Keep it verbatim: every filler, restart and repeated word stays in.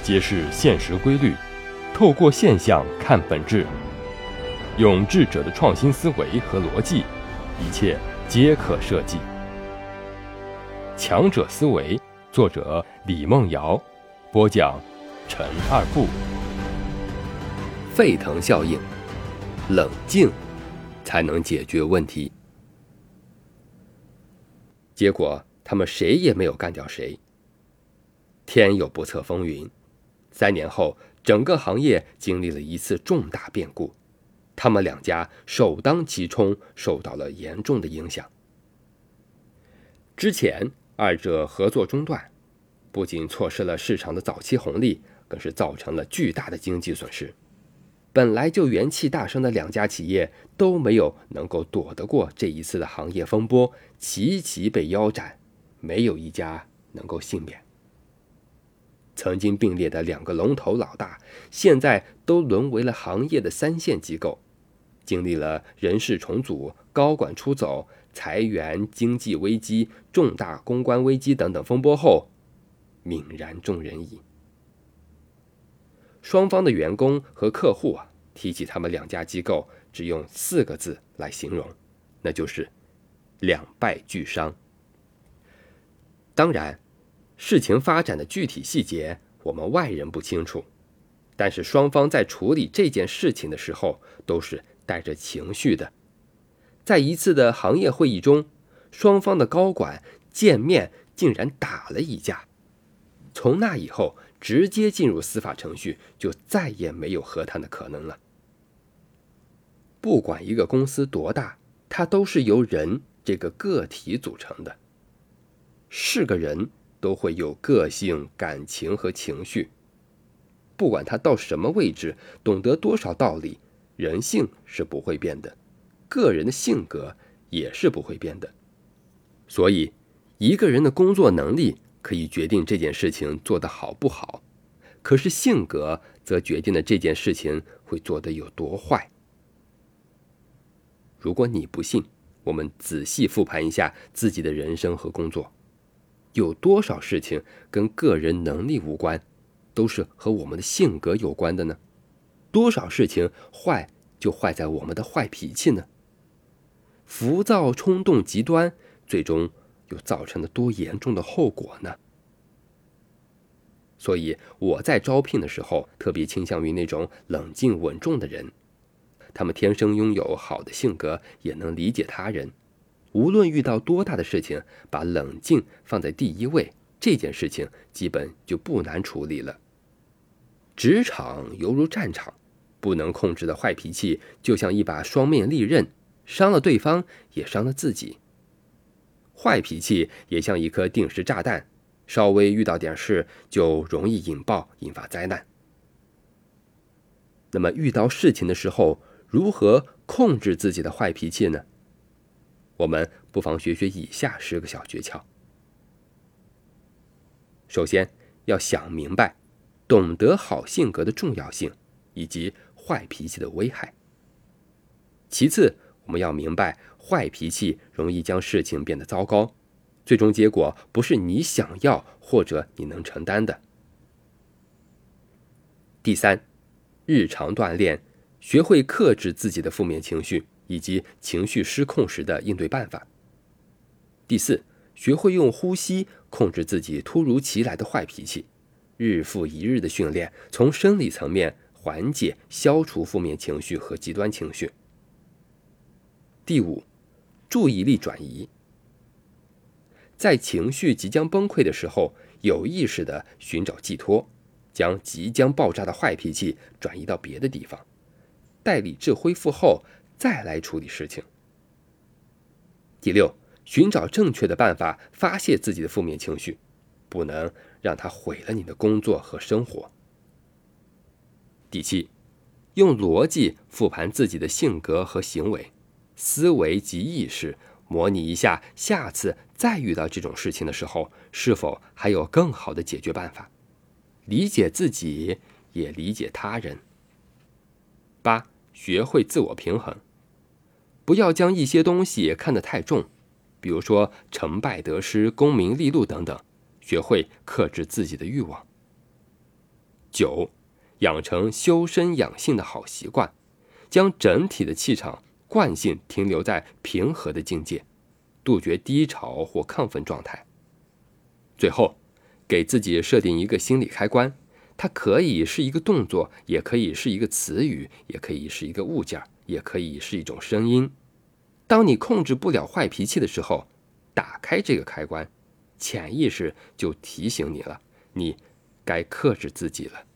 揭示现实规律，透过现象看本质，用智者的创新思维和逻辑，一切皆可设计。强者思维，作者李梦瑶，播讲陈二步。 沸腾效应，冷静才能解决问题。结果他们谁也没有干掉谁。天有不测风云，三年后，整个行业经历了一次重大变故，他们两家首当其冲，受到了严重的影响。之前二者合作中断，不仅错失了市场的早期红利，更是造成了巨大的经济损失。本来就元气大伤的两家企业都没有能够躲得过这一次的行业风波，齐齐被腰斩，没有一家能够幸免。曾经并列的两个龙头老大，现在都沦为了行业的三线机构，经历了人事重组、高管出走、裁员、经济危机、重大公关危机等等风波后，泯然众人矣。双方的员工和客户啊，提起他们两家机构，只用四个字来形容，那就是两败俱伤。当然，事情发展的具体细节我们外人不清楚，但是双方在处理这件事情的时候都是带着情绪的。在一次的行业会议中，双方的高管见面竟然打了一架，从那以后直接进入司法程序，就再也没有和谈的可能了。不管一个公司多大，它都是由人这个个体组成的，是个人都会有个性、感情和情绪，不管他到什么位置，懂得多少道理，人性是不会变的，个人的性格也是不会变的。所以一个人的工作能力可以决定这件事情做得好不好，可是性格则决定了这件事情会做得有多坏。如果你不信，我们仔细复盘一下自己的人生和工作，有多少事情跟个人能力无关，都是和我们的性格有关的呢？多少事情坏就坏在我们的坏脾气呢？浮躁、冲动、极端，最终又造成了多严重的后果呢？所以我在招聘的时候，特别倾向于那种冷静稳重的人，他们天生拥有好的性格，也能理解他人。无论遇到多大的事情，把冷静放在第一位，这件事情基本就不难处理了。职场犹如战场，不能控制的坏脾气就像一把双面利刃，伤了对方，也伤了自己。坏脾气也像一颗定时炸弹，稍微遇到点事就容易引爆，引发灾难。那么遇到事情的时候，如何控制自己的坏脾气呢？我们不妨学学以下十个小诀窍。首先，要想明白，懂得好性格的重要性，以及坏脾气的危害。其次，我们要明白，坏脾气容易将事情变得糟糕，最终结果不是你想要或者你能承担的。第三，日常锻炼，学会克制自己的负面情绪，以及情绪失控时的应对办法。第四，学会用呼吸控制自己突如其来的坏脾气，日复一日的训练，从生理层面缓解、消除负面情绪和极端情绪。第五，注意力转移。在情绪即将崩溃的时候，有意识地寻找寄托，将即将爆炸的坏脾气转移到别的地方，待理智恢复后再来处理事情。第六，寻找正确的办法发泄自己的负面情绪，不能让它毁了你的工作和生活。第七，用逻辑复盘自己的性格和行为，思维及意识，模拟一下下次再遇到这种事情的时候，是否还有更好的解决办法，理解自己，也理解他人。八，学会自我平衡，不要将一些东西看得太重，比如说成败得失、功名利禄等等，学会克制自己的欲望。 九，养成修身养性的好习惯，将整体的气场惯性停留在平和的境界，杜绝低潮或亢奋状态。最后，给自己设定一个心理开关，它可以是一个动作，也可以是一个词语，也可以是一个物件，也可以是一种声音。当你控制不了坏脾气的时候，打开这个开关，潜意识就提醒你了，你该克制自己了。